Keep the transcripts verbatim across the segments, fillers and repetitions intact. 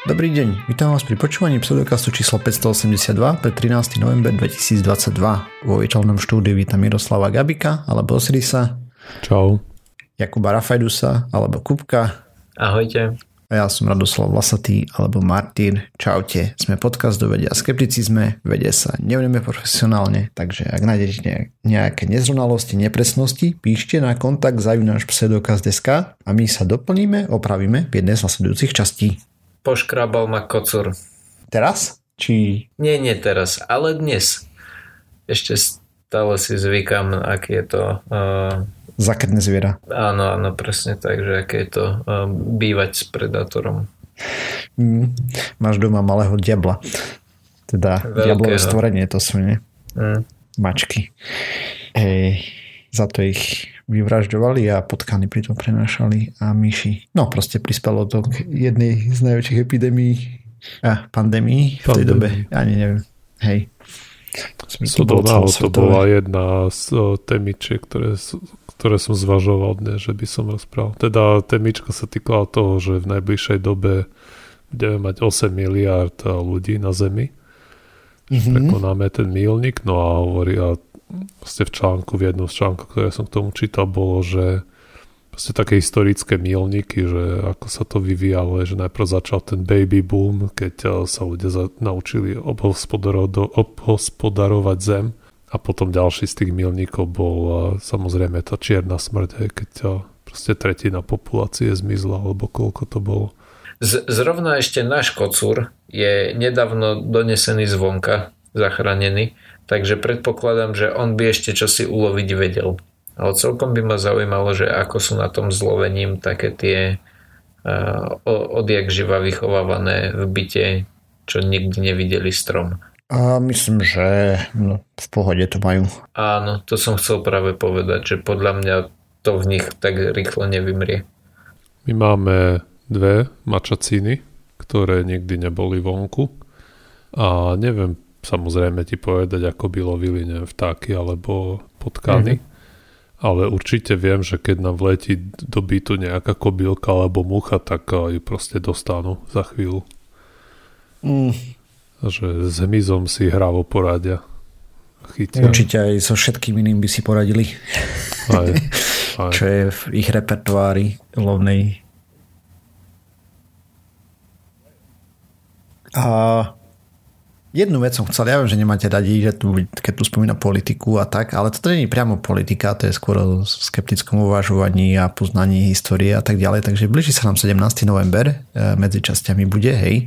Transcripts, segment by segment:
Dobrý deň, vítam vás pri počúvaní pseudokastu číslo päťstoosemdesiatdva pre trinásteho november dvetisícdvadsaťdva. Vo virtuálnom štúdiu vítam Miroslava Gabika alebo Osirisa. Čau. Jakuba Rafajdusa alebo Kupka. Ahojte. A ja som Radoslav Vlasatý alebo Martin. Čaute. Sme podcast do vede a skepticizme. Vede sa nevenujeme profesionálne, takže ak nájdete nejaké nezrovnalosti, nepresnosti, píšte na kontakt zavináč pseudokast bodka es ká a my sa doplníme, opravíme v jednej z nasledujúcich častí. Poškrabal ma kocúr. Teraz? Či... Nie, nie teraz, ale dnes. Ešte stále si zvykam, aký je to... Uh... Zakrtné zviera. Áno, áno, presne tak, že aké je to uh, bývať s predátorom. Mm, máš doma malého diabla. Teda diablové stvorenie to sú, nie? Mm. Mačky. Ej, za to ich vyvražďovali a potkany pritom prenášali a myši. No proste prispelo to k jednej z najväčších epidémií a pandémií v tej Pandémii. dobe. Ani neviem. Hej. So to, to bola jedna z uh, temičiek, ktoré, ktoré som zvažoval dnes, že by som rozprával. Teda temička sa týkala toho, že v najbližšej dobe budeme mať osem miliárd ľudí na Zemi. Mm-hmm. Prekonáme ten míľnik. No a hovorí, a vlastne v článku, v jednom z článkov, ktoré som k tomu čítal, bolo, že proste také historické míľniky, že ako sa to vyvíjalo, že najprv začal ten baby boom, keď sa ľudia za, naučili obhospodarovať zem, a potom ďalší z tých míľnikov bol samozrejme tá čierna smrť, keď proste tretina populácie zmizla, alebo koľko to bolo. Z, zrovna ešte náš kocúr je nedávno donesený zvonka, zachránený, takže predpokladám, že on by ešte čosi uloviť vedel. Ale celkom by ma zaujímalo, že ako sú na tom zlovením také tie uh, odjak živa vychovávané v byte, čo nikdy nevideli strom. A myslím, že no, v pohode to majú. Áno, to som chcel práve povedať, že podľa mňa to v nich tak rýchlo nevymrie. My máme dve mačaciny, ktoré nikdy neboli vonku. A neviem samozrejme ti povedať, ako by lovili neviem, vtáky alebo potkany. Mm-hmm. Ale určite viem, že keď nám vletí do bytu nejaká kobylka alebo mucha, tak ju proste dostanú za chvíľu. Mm. Že s hmyzom si hrávo poradia. Chytia. Určite aj so všetkým iným by si poradili. Aj, aj. Čo je v ich repertoári lovnej. A jednu vec som chcel, ja viem, že nemáte radi, že tu, keď tu spomína politiku a tak, ale toto nie je priamo politika, to je skôr o skeptickom uvažovaní a poznaní histórie a tak ďalej, takže blíži sa nám sedemnásteho november, medzi časťami bude, hej.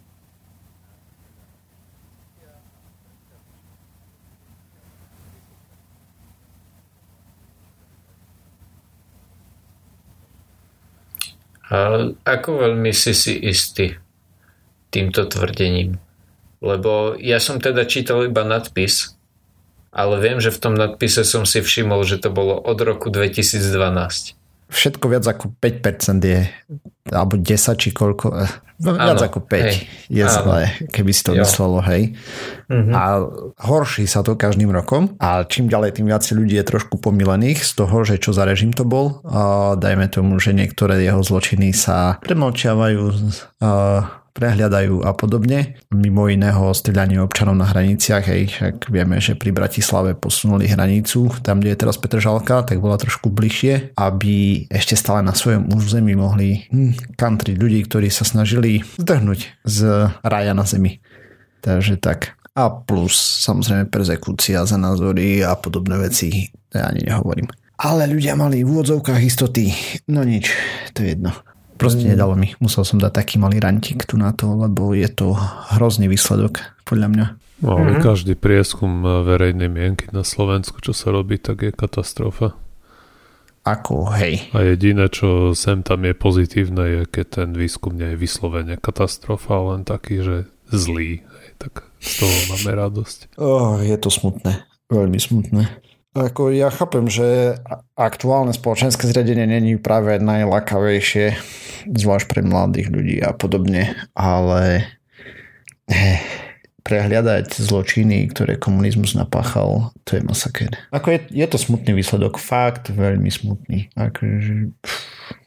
A ako veľmi si si istý týmto tvrdením? Lebo ja som teda čítal iba nadpis, ale viem, že v tom nadpise som si všimol, že to bolo od roku dvetisícdvanásť. Všetko viac ako päť percent je, alebo desať či koľko, viac ano, ako päť hej, je zlé, keby si to jo. myslelo, hej. Mm-hmm. A horší sa to každým rokom a čím ďalej, tým viac ľudí je trošku pomilených z toho, že čo za režim to bol. A dajme tomu, že niektoré jeho zločiny sa premlčiavajú, a prehľadajú a podobne. Mimo iného streľanie občanov na hraniciach, hej, však vieme, že pri Bratislave posunuli hranicu, tam, kde je teraz Petržalka, tak bola trošku bližšie, aby ešte stále na svojom území mohli hm, kantriť ľudí, ktorí sa snažili zdrhnúť z raja na zemi. Takže tak. A plus samozrejme perzekúcia za názory a podobné veci, ja ani nehovorím. Ale ľudia mali v úvodzovkách istoty. No nič, to je jedno. Proste nedalo mi. Musel som dať taký malý rantík tu na to, lebo je to hrozný výsledok, podľa mňa. No, ale mm-hmm. každý prieskum verejnej mienky na Slovensku, čo sa robí, tak je katastrofa. Ako, hej. A jediné, čo sem tam je pozitívne, je, keď ten výskum nie je vyslovene katastrofa, len taký, že zlý. Hej, tak z toho máme radosť. Oh, je to smutné. Veľmi smutné. Ako ja chápem, že aktuálne spoločenské zriadenie není práve najlákavejšie, zvlášť pre mladých ľudí a podobne, ale prehliadať zločiny, ktoré komunizmus napáchal, to je masakér. Ako je, je to smutný výsledok, fakt veľmi smutný. Akože,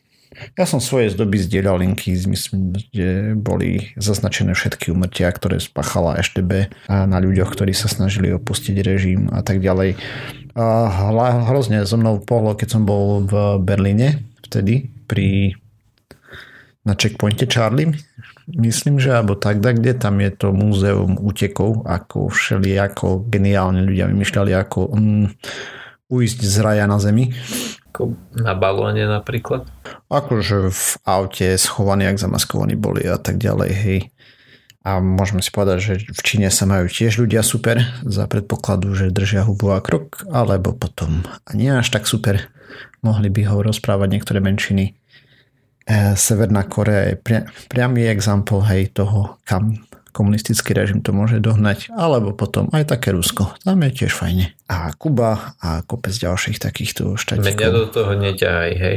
Ja som svoje z doby zdieľal linky, myslím, kde boli zaznačené všetky úmrtia, ktoré spáchala é té bé na ľuďoch, ktorí sa snažili opustiť režim a tak ďalej. A hrozne so mnou pohlo, keď som bol v Berlíne vtedy pri na checkpointe Charlie, myslím, že alebo tak, kde tam je to múzeum útekov, ako všelijako geniálne ľudia vymýšľali, ako um, ujsť z raja na zemi. Ako na balóne napríklad? Akože v aute schovaní, ak zamaskovaní boli a tak ďalej, hej. A môžeme si povedať, že v Číne sa majú tiež ľudia super za predpokladu, že držia hubu a krok, alebo potom nie až tak super. Mohli by ho rozprávať niektoré menšiny. Severná Korea je pri, priamy example, hej, toho, kam komunistický režim to môže dohnať, alebo potom aj také Rusko, tam je tiež fajne. A Kuba a kopec ďalších takýchto štátikov. Mňa do toho neťahaj, hej.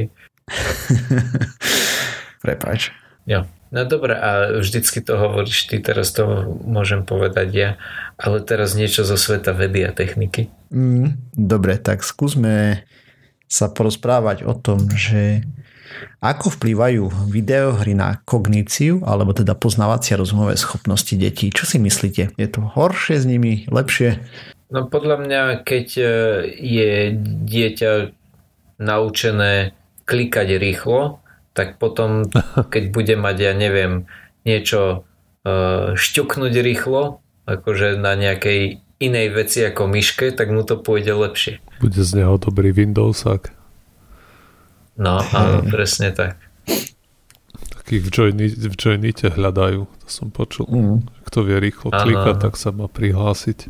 Prepáč. Jo. No dobre, a vždycky to hovoríš ty, teraz to môžem povedať ja, ale teraz niečo zo sveta vedy a techniky. Mm, dobre, tak skúsme sa porozprávať o tom, že ako vplývajú videohry na kogníciu, alebo teda poznávacie rozumové schopnosti detí. Čo si myslíte? Je to horšie s nimi? Lepšie? No podľa mňa, keď je dieťa naučené klikať rýchlo, tak potom, keď bude mať, ja neviem, niečo šťuknúť rýchlo, akože na nejakej inej veci ako myške, tak mu to pôjde lepšie. Bude z neho dobrý Windowsák. No, áno, presne tak. Takých v, joini, v Joinite hľadajú, to som počul. Mm. Kto vie rýchlo ano, klikať, tak sa má prihlásiť.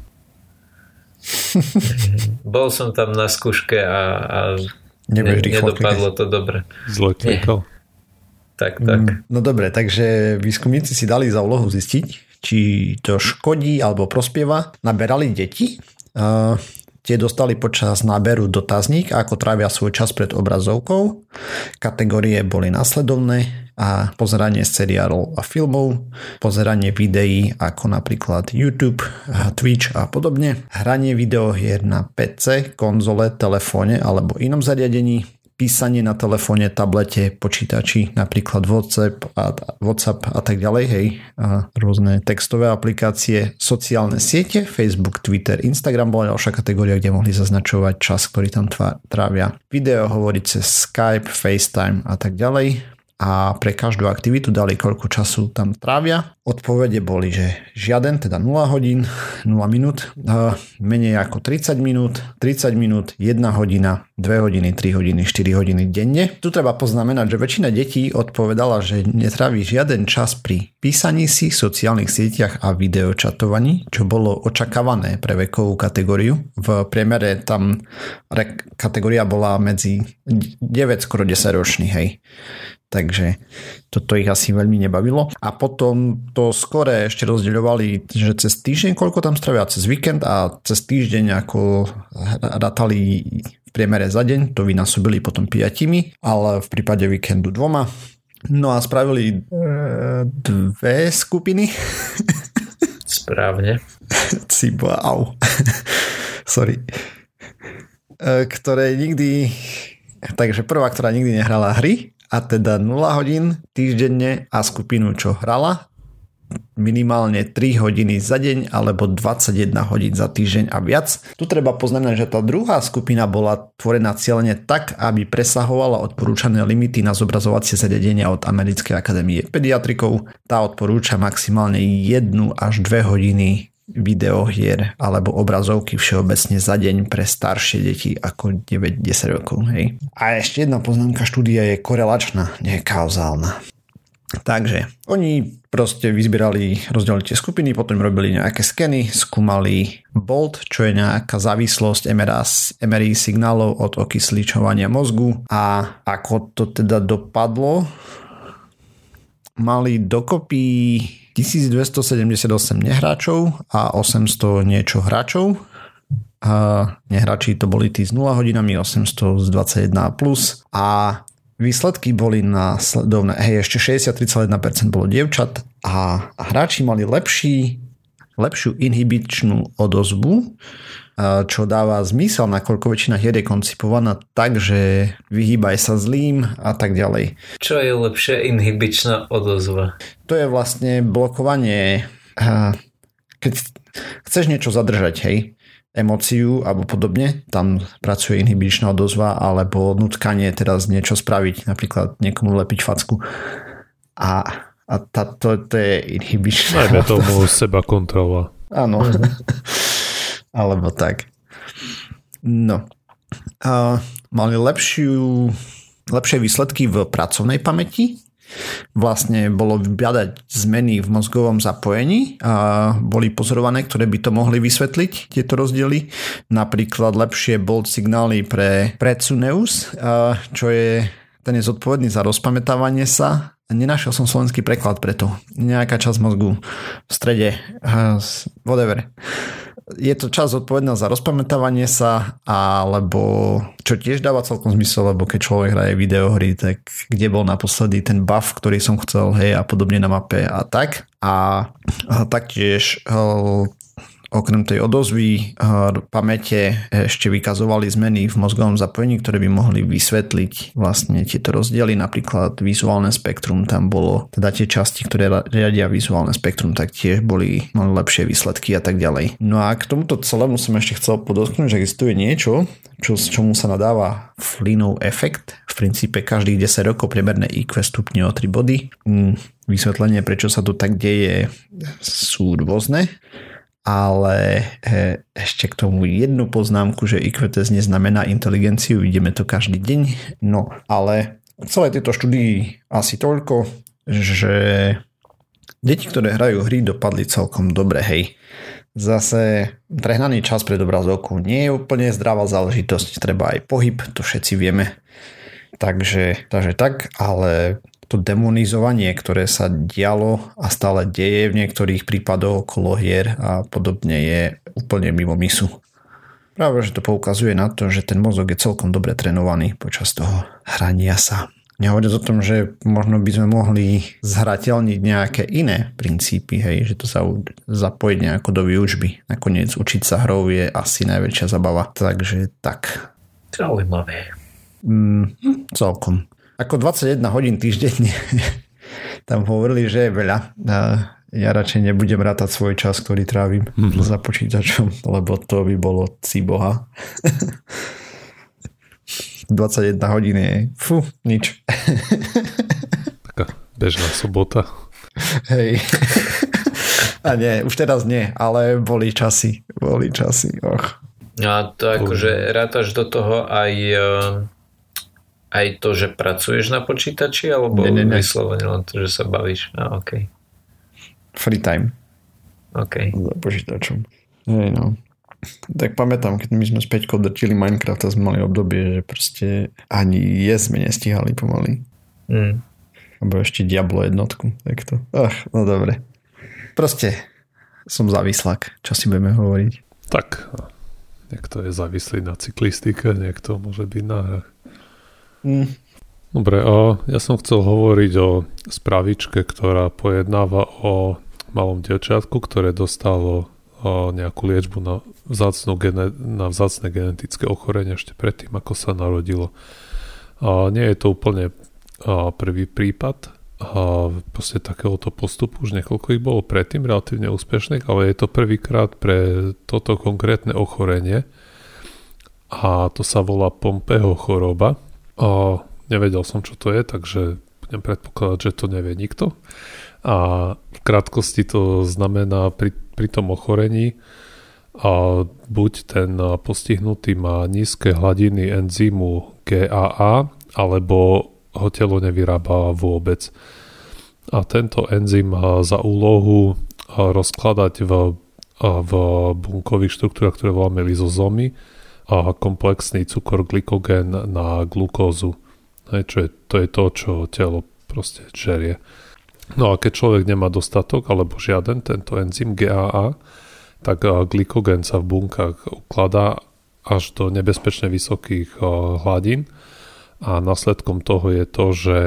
Bol som tam na skúške a, a ne, nedopadlo klikať. To dobre. Zle klikal. Tak, tak. No dobre, takže výskumníci si dali za úlohu zistiť, či to škodí alebo prospieva. Naberali deti, uh, tie dostali počas náberu dotazník, ako trávia svoj čas pred obrazovkou. Kategórie boli následovné a pozeranie seriálov a filmov, pozeranie videí ako napríklad YouTube, Twitch a podobne, hranie videohier na pé cé, konzole, telefóne alebo inom zariadení, písanie na telefóne, tablete, počítači, napríklad WhatsApp a, WhatsApp a tak ďalej, hej, a rôzne textové aplikácie, sociálne siete, Facebook, Twitter, Instagram bola ďalšia kategória, kde mohli zaznačovať čas, ktorý tam trávia. Video hovoriť cez Skype, FaceTime a tak ďalej. A pre každú aktivitu dali, koľko času tam trávia. Odpovede boli, že žiaden, teda nula hodín, nula minút, menej ako tridsať minút, tridsať minút, jedna hodina, dve hodiny, tri hodiny, štyri hodiny denne. Tu treba poznamenať, že väčšina detí odpovedala, že netráví žiaden čas pri písaní si, sociálnych sieťach a videočatovaní, čo bolo očakávané pre vekovú kategóriu. V priemere tam kategória bola medzi deväť skoro desať ročných, hej. Takže toto ich asi veľmi nebavilo. A potom to skore ešte rozdeľovali, že cez týždeň koľko tam stravia, cez víkend a cez týždeň ako rátali v priemere za deň, to vynásobili potom piatimi, ale v prípade víkendu dvoma. No a spravili e, dve skupiny. Správne. Cibo, au. Sorry. E, ktoré nikdy... Takže prvá, ktorá nikdy nehrala hry, a teda nula hodín týždenne a skupinu, čo hrala minimálne tri hodiny za deň alebo dvadsaťjeden hodín za týždeň a viac. Tu treba poznamenať, že tá druhá skupina bola tvorená cieľene tak, aby presahovala odporúčané limity na zobrazovacie zariadenia od Americkej akadémie pediatrikov. Tá odporúča maximálne jednu až dve hodiny videohier alebo obrazovky všeobecne za deň pre staršie deti ako deväť desať rokov. Hej. A ešte jedna poznámka, štúdia je korelačná, nie kauzálna. Takže oni proste vyzbierali, rozdelili tie skupiny, potom robili nejaké skeny, skúmali BOLT, čo je nejaká závislosť em er í signálov od okysličovania mozgu a ako to teda dopadlo, mali dokopy tisícdvestosedemdesiatosem nehráčov a osemsto niečo hráčov. A nehráči to boli tí s nula hodinami, osemsto z dvadsaťjeden plus. A výsledky boli následovné. Hej, ešte šesťdesiattri celá jeden percent bolo dievčat a hráči mali lepší lepšiu inhibičnú odozvu, čo dáva zmysel, nakoľko väčšina hier je koncipovaná tak, že vyhýbaj sa zlým a tak ďalej. Čo je lepšia inhibičná odozva? To je vlastne blokovanie, keď chceš niečo zadržať, hej, emóciu alebo podobne, tam pracuje inhibičná odozva, alebo nutkanie teraz niečo spraviť, napríklad niekomu lepiť facku. A, a tá, to, to je inhibičná Najmä tomu seba kontrola. Áno. Alebo tak. No. Uh, mali lepšiu, lepšie výsledky v pracovnej pamäti. Vlastne bolo vybiadať zmeny v mozgovom zapojení a boli pozorované, ktoré by to mohli vysvetliť, tieto rozdiely. Napríklad lepšie bold signály pre precuneus, uh, čo je, ten je zodpovedný za rozpamätávanie sa. Nenašiel som slovenský preklad preto. Nejaká časť mozgu v strede. Uh, whatever. Je to časť odpovedná za rozpamätávanie sa, alebo čo tiež dáva celkom zmysel, lebo keď človek hraje videohry, tak kde bol naposledy ten buff, ktorý som chcel, hej, a podobne na mape a tak. A, a taktiež okrem tej odozvy pamäte ešte vykazovali zmeny v mozgovom zapojení, ktoré by mohli vysvetliť vlastne tieto rozdiely. Napríklad vizuálne spektrum, tam bolo teda tie časti, ktoré riadia vizuálne spektrum, tak tiež boli, mali lepšie výsledky a tak ďalej. No a k tomuto celému som ešte chcel podotknúť, že existuje niečo, čo, čomu sa nadáva Flynnov efekt. V princípe každých desať rokov priemerné í kvé stupne o tri body. Vysvetlenie, prečo sa to tak deje, sú rôzne. Ale e, ešte k tomu jednu poznámku, že í kvé test neznamená inteligenciu, vidíme to každý deň. No, ale v celej tejto štúdii asi toľko, že deti, ktoré hrajú hry, dopadli celkom dobre, hej. Zase prehnaný čas pred obrazovkou nie je úplne zdravá záležitosť, treba aj pohyb, to všetci vieme. Takže, takže tak, ale to demonizovanie, ktoré sa dialo a stále deje v niektorých prípadoch okolo hier a podobne, je úplne mimo misu. Práve, že to poukazuje na to, že ten mozog je celkom dobre trénovaný počas toho hrania sa. Nehovoriac o tom, že možno by sme mohli zhrateľniť nejaké iné princípy, hej, že to sa zapojiť nejako do výučby. Nakoniec učiť sa hrou je asi najväčšia zabava. Takže tak. Zaujímavé. Mm, celkom. Ako dvadsaťjeden hodín týždenne. Tam hovorili, že je veľa. Ja radšej nebudem rátať svoj čas, ktorý trávim mm-hmm. za počítačom, lebo to by bolo ciboha. dvadsaťjeden hodín je fú, nič. Taká bežná sobota. Hej. A nie, už teraz nie, ale boli časy. Boli časy, och. A to akože rátaš do toho aj aj to, že pracuješ na počítači, alebo ne, ne, ne. vyslovene len to, že sa bavíš? A, okay. Free time. OK. Za počítačom. Hej, no. Tak pamätám, keď my sme s Peťkou drtili Minecraft a sme mali obdobie, že proste ani jesť sme nestíhali pomaly. Mm. Alebo ešte Diablo jednotku. Tak to. Ach, no dobre. Proste som závislák. Čo si budeme hovoriť? Tak. Niekto je závislý na cyklistike, niekto môže byť na hrách. Mm. Dobre, a ja som chcel hovoriť o správičke, ktorá pojednáva o malom dievčatku, ktoré dostalo nejakú liečbu na vzácnu gene, na vzácne genetické ochorenie ešte predtým, ako sa narodilo. A nie je to úplne a, prvý prípad a proste takéhoto postupu, už niekoľko ich bolo predtým relatívne úspešných, ale je to prvýkrát pre toto konkrétne ochorenie a to sa volá Pompeho choroba. A nevedel som, čo to je, takže budem predpokladať, že to nevie nikto. A v krátkosti to znamená pri, pri tom ochorení a buď ten postihnutý má nízke hladiny enzymu gé á á, alebo ho telo nevyrába vôbec. A tento enzym má za úlohu rozkladať v, v bunkových štruktúrach, ktoré voláme lyzozómy, a komplexný cukor glykogén na glukózu. Hej, čo je, to je to, čo telo proste žerie. No a keď človek nemá dostatok alebo žiaden tento enzym gé á á, tak glykogén sa v bunkách ukladá až do nebezpečne vysokých hladín a následkom toho je to, že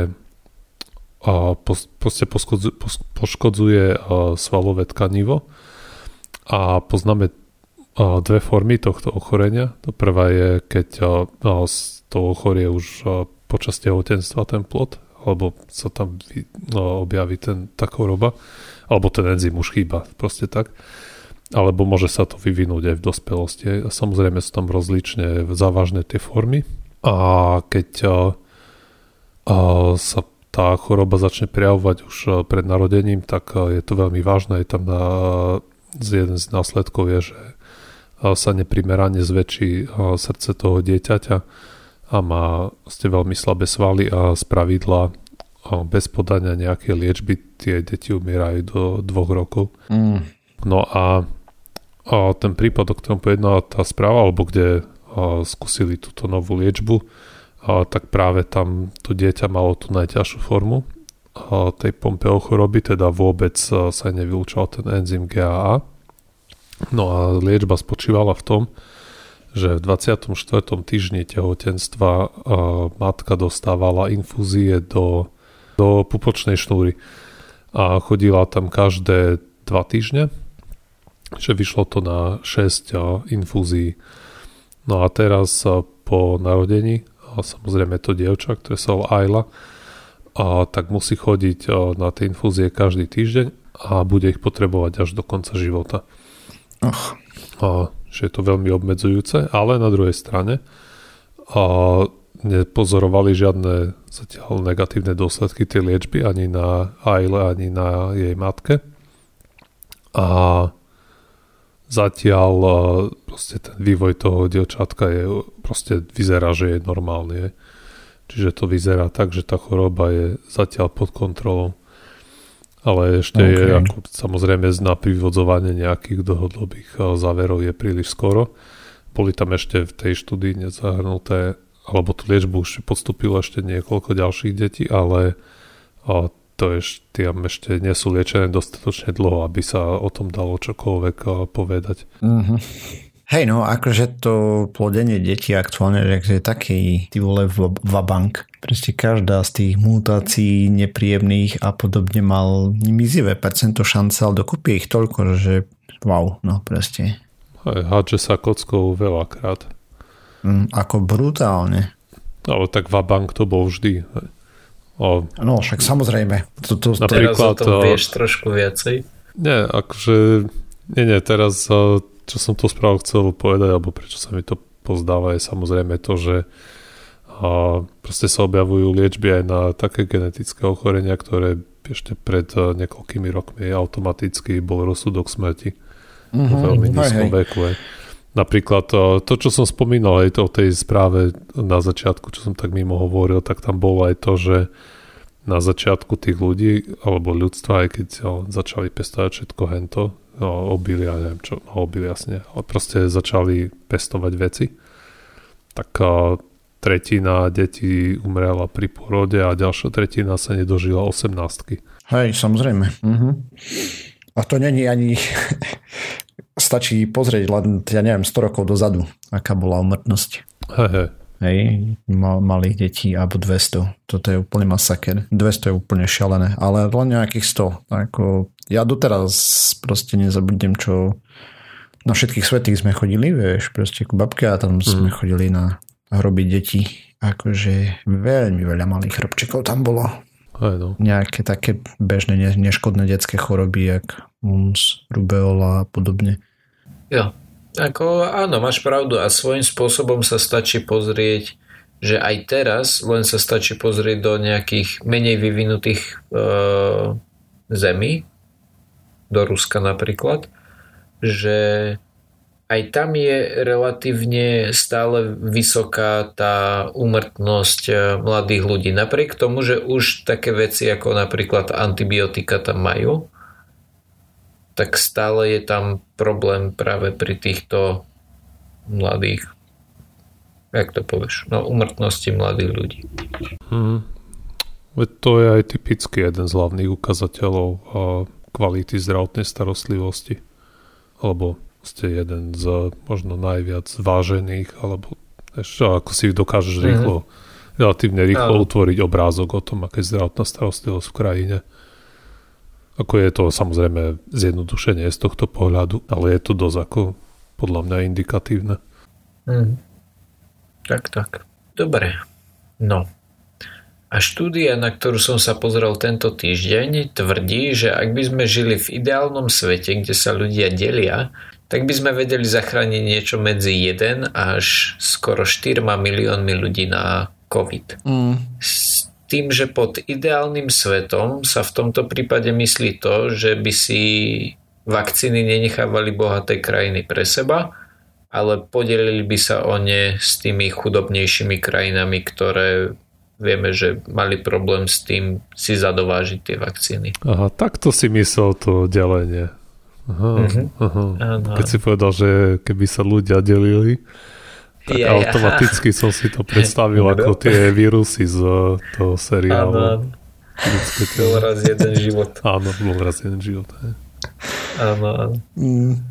proste poškodzuje svalové tkanivo A poznáme dve formy tohto ochorenia. To prvá je, keď z toho ochorie už počas tehotenstva ten plod, alebo sa tam objaví ten, tá choroba, alebo ten enzym už chýba, proste tak. Alebo môže sa to vyvinúť aj v dospelosti. A samozrejme sú tam rozlične závažné tie formy. A keď a, a sa tá choroba začne prejavovať už pred narodením, tak je to veľmi vážne. Je tam na, jeden z následkov je, že sa neprimerane zväčší srdce toho dieťaťa a má ste veľmi slabé svaly a spravidla bez podania nejakej liečby tie deti umierajú do dvoch rokov. Mm. No a, a ten prípad, o ktorom pojednala tá správa, alebo kde a, skúsili túto novú liečbu, a, tak práve tam to dieťa malo tú najťažšiu formu a, tej Pompeho choroby, teda vôbec a, sa nevylúčal ten enzym G A A. No a liečba spočívala v tom, že v dvadsiatom štvrtom týždni tehotenstva a, matka dostávala infúzie do, do pupočnej šnúry a chodila tam každé dva týždne, že vyšlo to na šesť a, infúzií. No a teraz a, po narodení, a samozrejme to dievča, ktoré sa volá Ayla, a, tak musí chodiť a, na tie infúzie každý týždeň a bude ich potrebovať až do konca života. Oh. A, že je to veľmi obmedzujúce, ale na druhej strane a nepozorovali žiadne zatiaľ negatívne dôsledky tej liečby ani na Aile, ani na jej matke. A zatiaľ a, proste ten vývoj toho dievčatka je proste vyzerá, že je normálny. Čiže to vyzerá tak, že tá choroba je zatiaľ pod kontrolou. Ale ešte okay. je ako, samozrejme na privodzovanie nejakých dlhodobých záverov je príliš skoro. Boli tam ešte v tej štúdii nezahrnuté, alebo tú liečbu už podstúpilo ešte niekoľko ďalších detí, ale a to ešte, ešte nie sú liečené dostatočne dlho, aby sa o tom dalo čokoľvek povedať. Mm-hmm. Hej, no akože to plodenie detí aktuálne že je taký ty vole vabank. Proste každá z tých mutácií nepríjemných a podobne mal mizivé percento šance, ale dokopy ich toľko, že wow, no proste. Hej, hádže sa kockou veľakrát. Mm, ako brutálne. Ale tak vabank to bol vždy. O, no však samozrejme. To, to, teraz o tom vieš trošku viacej? Nie, akože nie, nie, teraz čo som to správu chcel povedať, alebo prečo sa mi to pozdáva, je samozrejme to, že a proste sa objavujú liečby aj na také genetické ochorenia, ktoré ešte pred niekoľkými rokmi automaticky bol rozsudok smrti. Mm-hmm, v veľmi nízkom veku. Aj. Napríklad to, čo som spomínal aj to o tej správe na začiatku, čo som tak mimo hovoril, tak tam bolo aj to, že na začiatku tých ľudí, alebo ľudstva, aj keď začali pestovať všetko hento, no, obilia, neviem čo, no, obilia jasne, ale proste začali pestovať veci, tak tretina detí umrela pri porode a ďalšia tretina sa nedožila osemnástky. Hej, samozrejme. Uh-huh. A to není ani... Stačí pozrieť len, ja neviem, sto rokov dozadu, aká bola úmrtnosť. Hej, hej. Hej, mal, malých detí, alebo dvesto. Toto je úplne masaker. dvesto je úplne šialené, ale len nejakých sto. Ako, ja doteraz proste nezabudnem, čo na všetkých svätých sme chodili, vieš, proste ku babke a tam mm. sme chodili na hroby detí. Akože veľmi veľa malých chrobčekov tam bolo. Aj no. Nejaké také bežné, neškodné detské choroby, jak mumps, rubeola a podobne. Jo, ako áno, máš pravdu a svojím spôsobom sa stačí pozrieť, že aj teraz len sa stačí pozrieť do nejakých menej vyvinutých e, zemí, do Ruska napríklad, že aj tam je relatívne stále vysoká tá úmrtnosť mladých ľudí. Napriek tomu, že už také veci ako napríklad antibiotika tam majú, tak stále je tam problém práve pri týchto mladých, jak to povieš, no úmrtnosti mladých ľudí. Hmm. To je aj typicky jeden z hlavných ukazateľov kvality zdravotnej starostlivosti. Alebo ste jeden z možno najviac vážených, alebo ešte ako si dokážeš rýchlo, mm-hmm. relatívne rýchlo Áno. utvoriť obrázok o tom, aká je zdravotná starostlivosť v krajine. Ako je to samozrejme zjednodušenie z tohto pohľadu, ale je to dosť ako podľa mňa indikatívne. Mm. Tak, tak. Dobre. No. A štúdia, na ktorú som sa pozrel tento týždeň, tvrdí, že ak by sme žili v ideálnom svete, kde sa ľudia delia, tak by sme vedeli zachrániť niečo medzi jeden až skoro štyrma miliónmi ľudí na COVID. Mm. S tým, že pod ideálnym svetom sa v tomto prípade myslí to, že by si vakcíny nenechávali bohaté krajiny pre seba, ale podelili by sa o ne s tými chudobnejšími krajinami, ktoré vieme, že mali problém s tým si zadovážiť tie vakcíny. Aha, takto si myslel to delenie. Aha, mm-hmm. aha. Keď si povedal, že keby sa ľudia delili, tak ja, automaticky ja. som si to predstavil ako tie vírusy z toho seriálu. Áno, bol raz jeden život. Áno, bol raz jeden život. Hej. Áno, áno. Mm.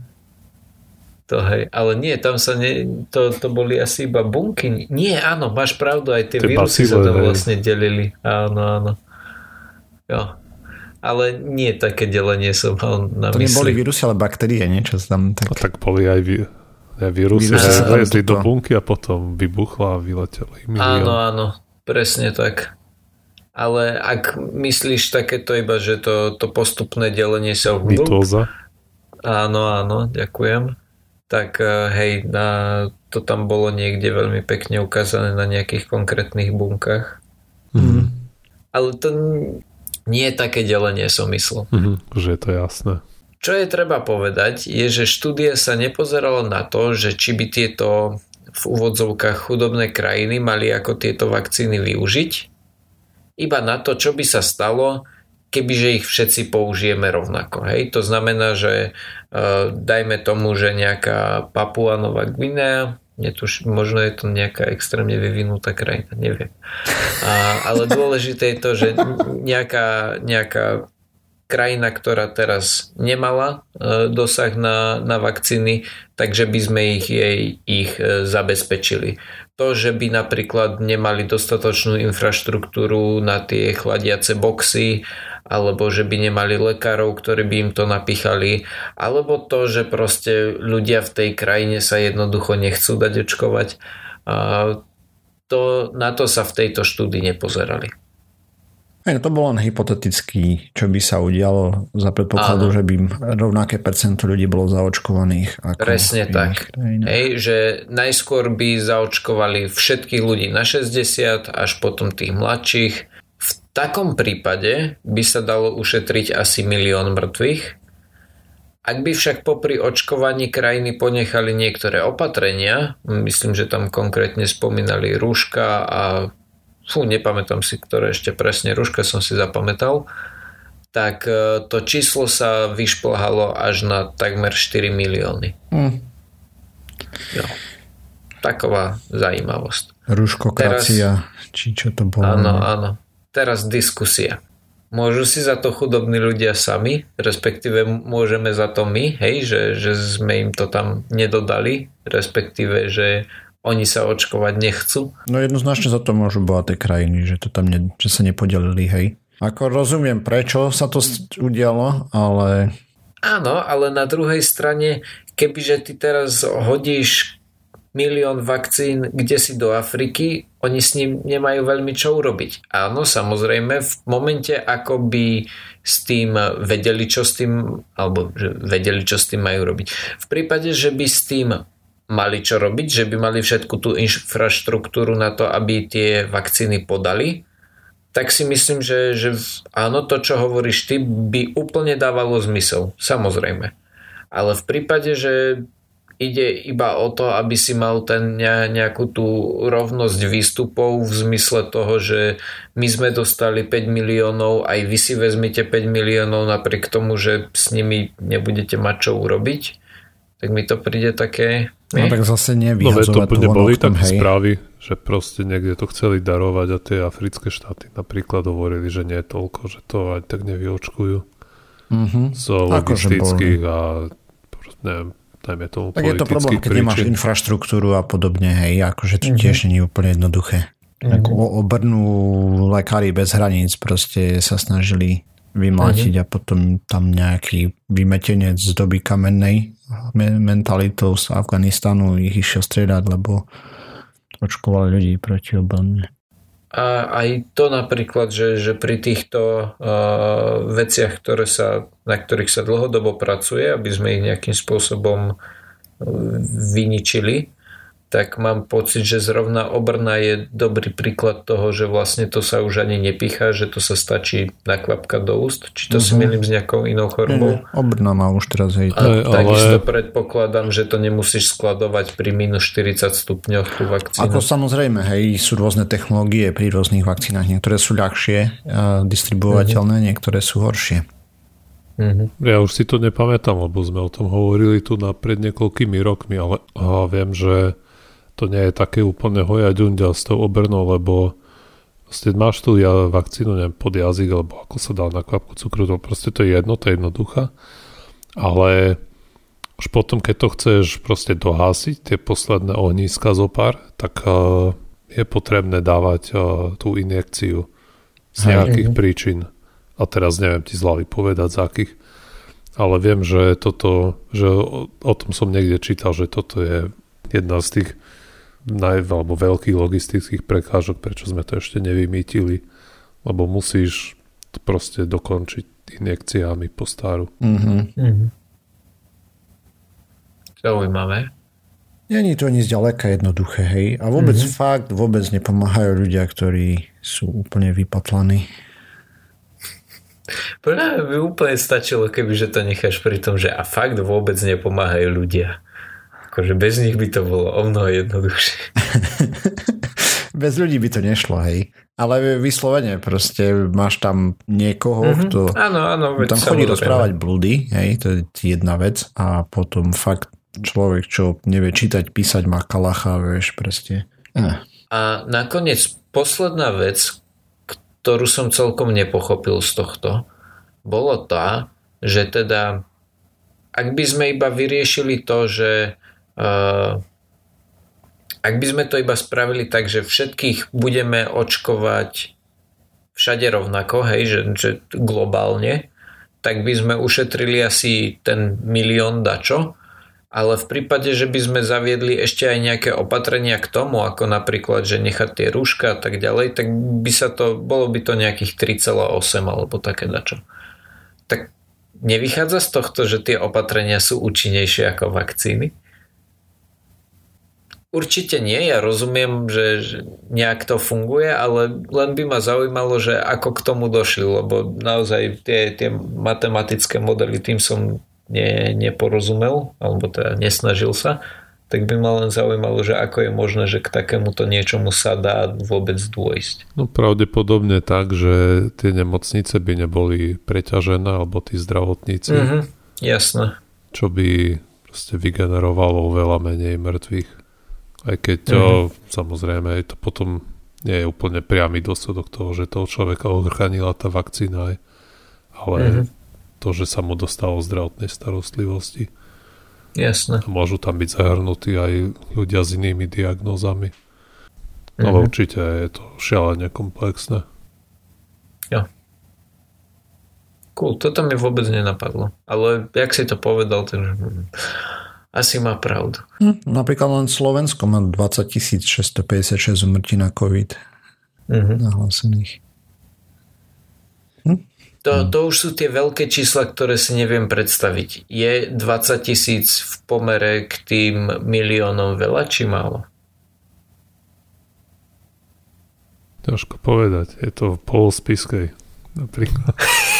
To hej, ale nie, tam sa ne, to, to boli asi iba bunky. Nie, áno, máš pravdu, aj tie, tie vírusy sa tam vlastne delili. Áno, áno. Jo. Ale nie také delenie som mal na to mysli. To neboli vírusy, ale baktérie, niečo tam tak... A tak boli aj vy... Ja, vírusy vlezli do bunky a potom vybuchla a vyleteli. Milión. Áno, áno, presne tak. Ale ak myslíš takéto iba, že to, to postupné delenie sa... Mitóza. Áno, áno, ďakujem. Tak hej, na, to tam bolo niekde veľmi pekne ukázané na nejakých konkrétnych bunkách. Mhm. Ale to nie je také delenie, som myslel. Mhm, že je to jasné. Čo je treba povedať, je, že štúdia sa nepozerala na to, že či by tieto v úvodzovkách chudobné krajiny mali ako tieto vakcíny využiť, iba na to, čo by sa stalo, kebyže ich všetci použijeme rovnako. Hej? To znamená, že uh, dajme tomu, že nejaká Papua Nová Guinea, netuž, možno je to nejaká extrémne vyvinutá krajina, neviem. A, ale dôležité je to, že nejaká, nejaká krajina, ktorá teraz nemala e, dosah na, na vakcíny, takže by sme ich, jej, ich e, zabezpečili. To, že by napríklad nemali dostatočnú infraštruktúru na tie chladiace boxy, alebo že by nemali lekárov, ktorí by im to napíchali, alebo to, že proste ľudia v tej krajine sa jednoducho nechcú dať očkovať, a to, na to sa v tejto štúdii nepozerali. To bolo len hypoteticky, čo by sa udialo za predpokladu, že by rovnaké percento ľudí bolo zaočkovaných. Ako presne tak. Hej, že najskôr by zaočkovali všetkých ľudí na šesťdesiat až potom tých mladších. V takom prípade by sa dalo ušetriť asi milión mŕtvych. Ak by však popri očkovaní krajiny ponechali niektoré opatrenia, myslím, že tam konkrétne spomínali rúška a fú, nepamätám si, ktoré ešte presne, rúška som si zapamätal, tak to číslo sa vyšplhalo až na takmer štyri milióny. Mm. Jo. Taková zaujímavosť. Rúškokracia, či čo to bolo? Áno, áno. Teraz diskusia. Môžu si za to chudobní ľudia sami, respektíve môžeme za to my, hej, že, že sme im to tam nedodali, respektíve, že oni sa očkovať nechcú. No jednoznačne za to môžu bohaté krajiny, že to tam ne, že sa nepodelili, hej. Ako rozumiem, prečo sa to udialo, ale... Áno, ale na druhej strane, kebyže ty teraz hodíš milión vakcín kde si do Afriky, oni s ním nemajú veľmi čo urobiť. Áno, samozrejme, v momente, ako by s tým vedeli, čo s tým, alebo že vedeli, čo s tým majú robiť. V prípade, že by s tým mali čo robiť, že by mali všetku tú infraštruktúru na to, aby tie vakcíny podali, tak si myslím, že, že áno, to, čo hovoríš ty, by úplne dávalo zmysel. Samozrejme. Ale v prípade, že ide iba o to, aby si mal ten nejakú tú rovnosť výstupov v zmysle toho, že my sme dostali päť miliónov, aj vy si vezmite päť miliónov napriek tomu, že s nimi nebudete mať čo urobiť, tak mi to príde také... No tak zase nevyhazovať no, to neboli také správy, že proste niekde to chceli darovať a tie africké štáty napríklad hovorili, že nie je toľko, že to aj tak nevyočkujú. Mm-hmm. Z logistických a neviem, dajme tomu tak je to problém, keď príčin. Nemáš infraštruktúru a podobne, hej, akože to mm-hmm. tiež nie je úplne jednoduché. Mm-hmm. Ako obrnú lekári bez hraníc proste sa snažili vymlátiť uh-huh. a potom tam nejaký vymetenec z doby kamennej mentalitou z Afganistanu ich išiel striedať, lebo očkovali ľudí proti obrane. A aj to napríklad, že, že pri týchto uh, veciach, ktoré sa, na ktorých sa dlhodobo pracuje, aby sme ich nejakým spôsobom vyničili, tak mám pocit, že zrovna obrna je dobrý príklad toho, že vlastne to sa už ani nepícha, že to sa stačí nakvapkať do úst. Či to uh-huh. si milím s nejakou inou chorobou? Nie, obrna má už teraz hej. A ale... takisto predpokladám, že to nemusíš skladovať pri minus štyridsať stupňoch tú vakcínu. Ako samozrejme, hej, sú rôzne technológie pri rôznych vakcínach. Niektoré sú ľahšie uh, distribuovateľné, uh-huh. niektoré sú horšie. Uh-huh. Ja už si to nepamätám, lebo sme o tom hovorili tu na pred niekoľkými rokmi, ale aha, viem, že to nie je také úplne hojaďunďa s tou obrnou, lebo vlastne máš tu ja vakcínu, neviem, pod jazyk, alebo ako sa dá na kvapku cukru, to proste to je jedno, to je jednoduchá. Ale už potom, keď to chceš proste dohásiť, tie posledné ohnízka zo pár, tak uh, je potrebné dávať uh, tú injekciu z nejakých Hej. príčin. A teraz neviem ti z hlavy povedať z akých. Ale viem, že toto, že o, o tom som niekde čítal, že toto je jedna z tých naj, alebo veľkých logistických prekážok, prečo sme to ešte nevymýtili, lebo musíš to proste dokončiť injekciami po staru. Mm-hmm. Mm-hmm. Zaujímavé. Není to ani zďaleka jednoduché, hej. A vôbec mm-hmm. fakt, vôbec nepomáhajú ľudia, ktorí sú úplne vypatlaní. Podľa by úplne stačilo, kebyže to necháš pri tom, že a fakt vôbec nepomáhajú ľudia. Akože bez nich by to bolo o mnoho jednoduchšie. Bez ľudí by to nešlo, hej. Ale vyslovene proste máš tam niekoho, mm-hmm. kto áno, áno, tam chodí rozprávať blúdy, hej, to je jedna vec a potom fakt človek, čo nevie čítať, písať, má kalacha, vieš, proste. Eh. A nakoniec posledná vec, ktorú som celkom nepochopil z tohto, bolo tá, že teda ak by sme iba vyriešili to, že Uh, ak by sme to iba spravili tak, že všetkých budeme očkovať všade rovnako, hej, že, že globálne, tak by sme ušetrili asi ten milión dačo, ale v prípade, že by sme zaviedli ešte aj nejaké opatrenia k tomu, ako napríklad, že nechať tie rúška a tak ďalej, tak by sa to, bolo by to nejakých tri celé osem alebo také dačo. Tak nevychádza z tohto, že tie opatrenia sú účinnejšie ako vakcíny? Určite nie, ja rozumiem, že, že nejak to funguje, ale len by ma zaujímalo, že ako k tomu došli, lebo naozaj tie, tie matematické modely tým som ne, neporozumel, alebo teda nesnažil sa, tak by ma len zaujímalo, že ako je možné, že k takémuto niečomu sa dá vôbec dôjsť. No pravdepodobne tak, že tie nemocnice by neboli preťažené, alebo tí zdravotníci. Mhm, jasné. Čo by proste vygenerovalo veľa menej mŕtvych. Aj keď mm-hmm. to, samozrejme, to potom nie je úplne priamy dôsledok toho, že toho človeka ochránila tá vakcína, ale mm-hmm. to, že sa mu dostalo zdravotnej starostlivosti. Jasné. A môžu tam byť zahrnutí aj ľudia s inými diagnózami. Mm-hmm. Ale určite je to šialene komplexné. Jo. Cool, toto mi vôbec nenapadlo. Ale jak si to povedal, takže... Asi má pravdu. Hm, napríklad len Slovensko má dvadsaťtisíc šesťstopäťdesiatšesť úmrtí na COVID uh-huh. nahlásených. Hm? To, to už sú tie veľké čísla, ktoré si neviem predstaviť. Je dvadsaťtisíc v pomere k tým miliónom veľa či málo? Ťažko povedať. Je to v polospiskej napríklad.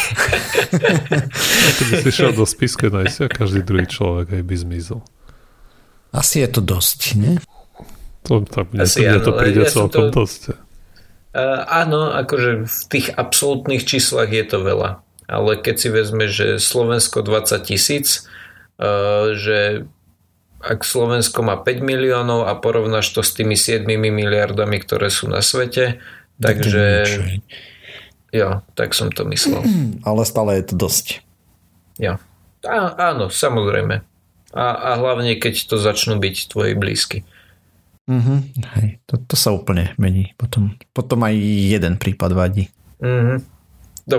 Keby si šiel do Spiske nájsť a každý druhý človek aj by zmizol. Asi je to dosť, nie? To, tak mne, Asi, mne to príde ja celkom to... dosť. Uh, áno, akože v tých absolútnych číslach je to veľa. Ale keď si vezme, že Slovensko dvadsať tisíc, uh, že ak Slovensko má päť miliónov a porovnáš to s tými siedmimi miliardami, ktoré sú na svete, takže... Jo, tak som to myslel. Ale stále je to dosť. Jo. Á, áno, samozrejme. A, a hlavne, keď to začnú byť tvoji blízky. Mm-hmm. Hej, to, to sa úplne mení. Potom, potom aj jeden prípad vadí. Mm-hmm. Dobre.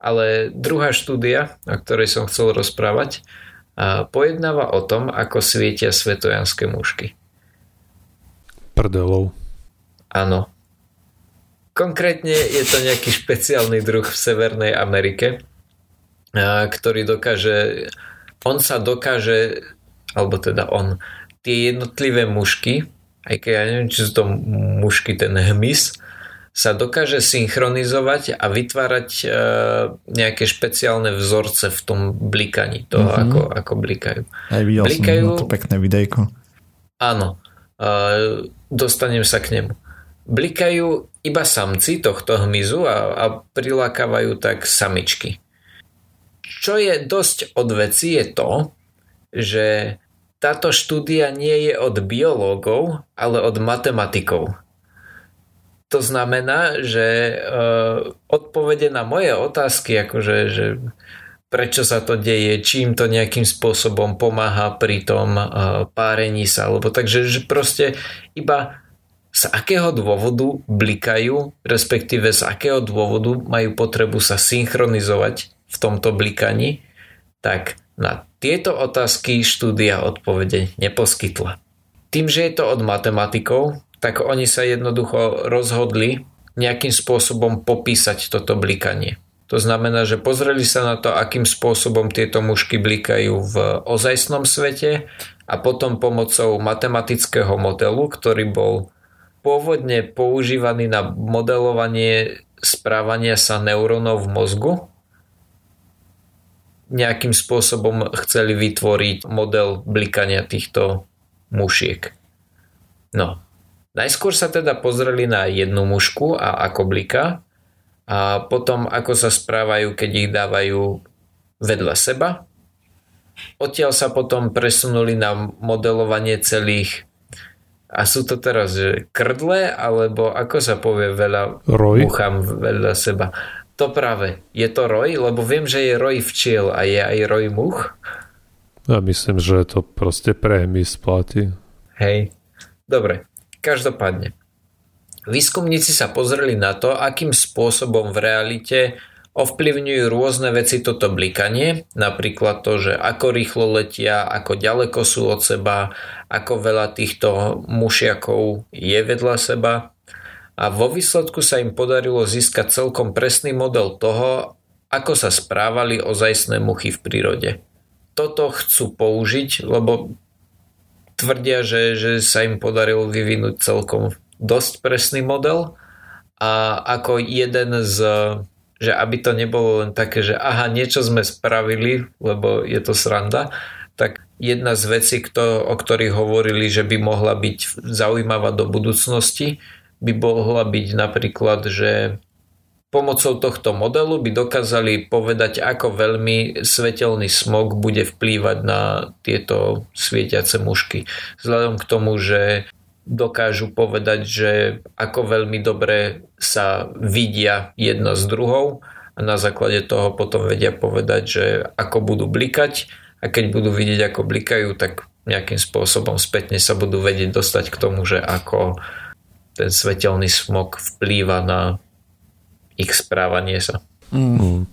Ale druhá štúdia, o ktorej som chcel rozprávať, pojednáva o tom, ako svietia svetojanské mušky. Prdelov. Áno. Konkrétne je to nejaký špeciálny druh v Severnej Amerike, ktorý dokáže, on sa dokáže, alebo teda on, tie jednotlivé mušky, aj keď ja neviem, či sú to mušky, ten hmyz, sa dokáže synchronizovať a vytvárať e, nejaké špeciálne vzorce v tom blikaní toho, mm-hmm. ako, ako blikajú. Aj videl blikajú, som na to pekné videjko. Áno, e, dostanem sa k nemu. Blikajú iba samci tohto hmyzu a, a prilákavajú tak samičky. Čo je dosť od veci je to, že táto štúdia nie je od biológov, ale od matematikov. To znamená, že uh, odpovede na moje otázky, akože že prečo sa to deje, čím to nejakým spôsobom pomáha pri tom uh, párení sa, alebo takže že proste iba z akého dôvodu blikajú, respektíve z akého dôvodu majú potrebu sa synchronizovať v tomto blikaní, tak na tieto otázky štúdia odpovede neposkytla. Tým, že je to od matematikov, tak oni sa jednoducho rozhodli nejakým spôsobom popísať toto blikanie. To znamená, že pozreli sa na to, akým spôsobom tieto mušky blikajú v ozajstnom svete a potom pomocou matematického modelu, ktorý bol pôvodne používaný na modelovanie správania sa neurónov v mozgu, nejakým spôsobom chceli vytvoriť model blikania týchto mušiek. No. Najskôr sa teda pozreli na jednu mušku a ako bliká a potom ako sa správajú, keď ich dávajú vedľa seba. Odtiaľ sa potom presunuli na modelovanie celých, a sú to teraz že krdle, alebo ako sa povie veľa roj? Muchám vedľa seba. To práve, je to roj, lebo viem, že je roj včiel a je aj roj much. Ja myslím, že to proste pre hmyz platí. Hej, dobre. Každopádne, výskumníci sa pozreli na to, akým spôsobom v realite ovplyvňujú rôzne veci toto blikanie, napríklad to, že ako rýchlo letia, ako ďaleko sú od seba, ako veľa týchto mušiakov je vedľa seba a vo výsledku sa im podarilo získať celkom presný model toho, ako sa správali ozajstné muchy v prírode. Toto chcú použiť, lebo tvrdia, že, že sa im podarilo vyvinúť celkom dosť presný model a ako jeden z, že aby to nebolo len také, že aha, niečo sme spravili, lebo je to sranda, tak jedna z vecí, kto, o ktorých hovorili, že by mohla byť zaujímavá do budúcnosti, by mohla byť napríklad, že pomocou tohto modelu by dokázali povedať, ako veľmi svetelný smog bude vplývať na tieto svietiace mušky. Vzhľadom k tomu, že dokážu povedať, že ako veľmi dobre sa vidia jedna s druhou a na základe toho potom vedia povedať, že ako budú blikať a keď budú vidieť, ako blikajú, tak nejakým spôsobom spätne sa budú vedieť dostať k tomu, že ako ten svetelný smog vplýva na ich správanie sa. Mm.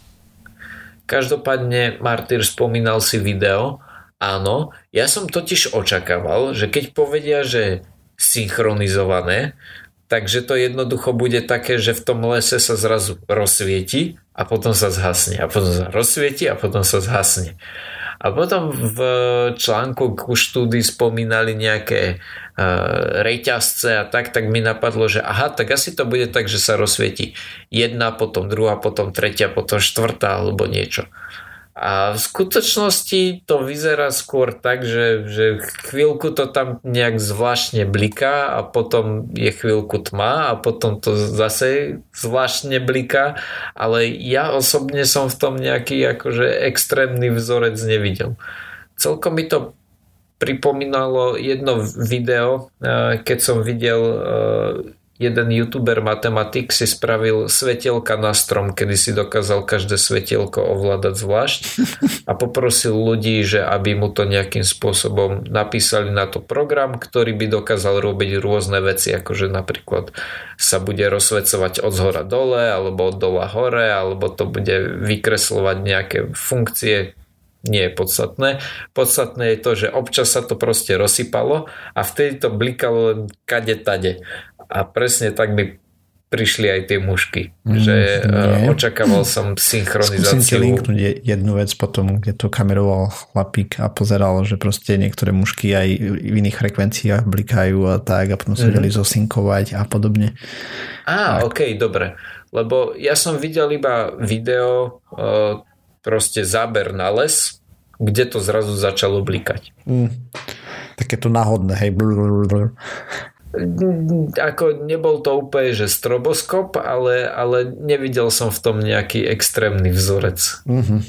Každopádne Martyr spomínal si video. Áno, ja som totiž očakával, že keď povedia, že synchronizované, takže to jednoducho bude také, že v tom lese sa zrazu rozsvieti a potom sa zhasne a potom sa rozsvieti a potom sa zhasne. A potom v článku ku štúdii spomínali nejaké uh, reťazce a tak, tak mi napadlo, že aha, tak asi to bude tak, že sa rozsvieti jedna, potom druhá, potom tretia, potom štvrtá alebo niečo. A v skutočnosti to vyzerá skôr tak, že, že chvíľku to tam nejak zvláštne bliká a potom je chvíľku tma a potom to zase zvláštne bliká, ale ja osobne som v tom nejaký akože extrémny vzorec nevidel. Celkom mi to pripomínalo jedno video, keď som videl jeden youtuber matematik si spravil svetielka na strom, kedy si dokázal každé svetielko ovládať zvlášť a poprosil ľudí, že aby mu to nejakým spôsobom napísali na to program, ktorý by dokázal robiť rôzne veci, akože napríklad sa bude rozsvecovať od zhora dole, alebo od dola hore, alebo to bude vykresľovať nejaké funkcie. Nie je podstatné. Podstatné je to, že občas sa to proste rozsypalo a vtedy to blikalo len kade tade. A presne tak by prišli aj tie mušky. Mm, že nie. Očakával som synchronizáciu. Skúsim ti linknúť jednu vec potom, kde to kameroval chlapík a pozeral, že proste niektoré mušky aj v iných frekvenciách blikajú a tak a potom sa vedeli mm. zosinkovať a podobne. Á, okej, okay, dobre. Lebo ja som videl iba video proste záber na les, kde to zrazu začalo blikať. Mm. Také to náhodné, hej. Blablabla. Ako nebol to úplne, že stroboskop, ale, ale nevidel som v tom nejaký extrémny vzorec. Mm-hmm.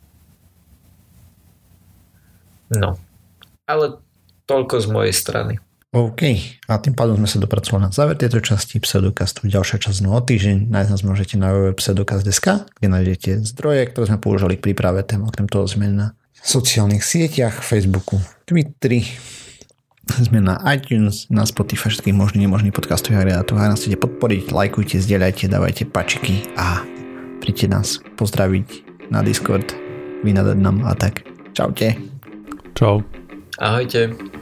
No. Ale toľko z mojej strany. OK. A tým pádom sme sa dopracovali na záver tejto časti Pseudocastu. Ďalšia časť no o týždeň. Nájsť nás môžete na www pseudocast bodka es ká, kde nájdete zdroje, ktoré sme použili k príprave tém. Okrem toho sme na sociálnych sieťach, Facebooku, Twitteri. Sme na iTunes, na Spotify, všetkých možných nemožných podcastových agregátorov. Ak nás chcete podporiť, lajkujte, zdieľajte, dávajte pačiky a príďte nás pozdraviť na Discord, vynadať nám a tak. Čaute. Čau. Ahojte.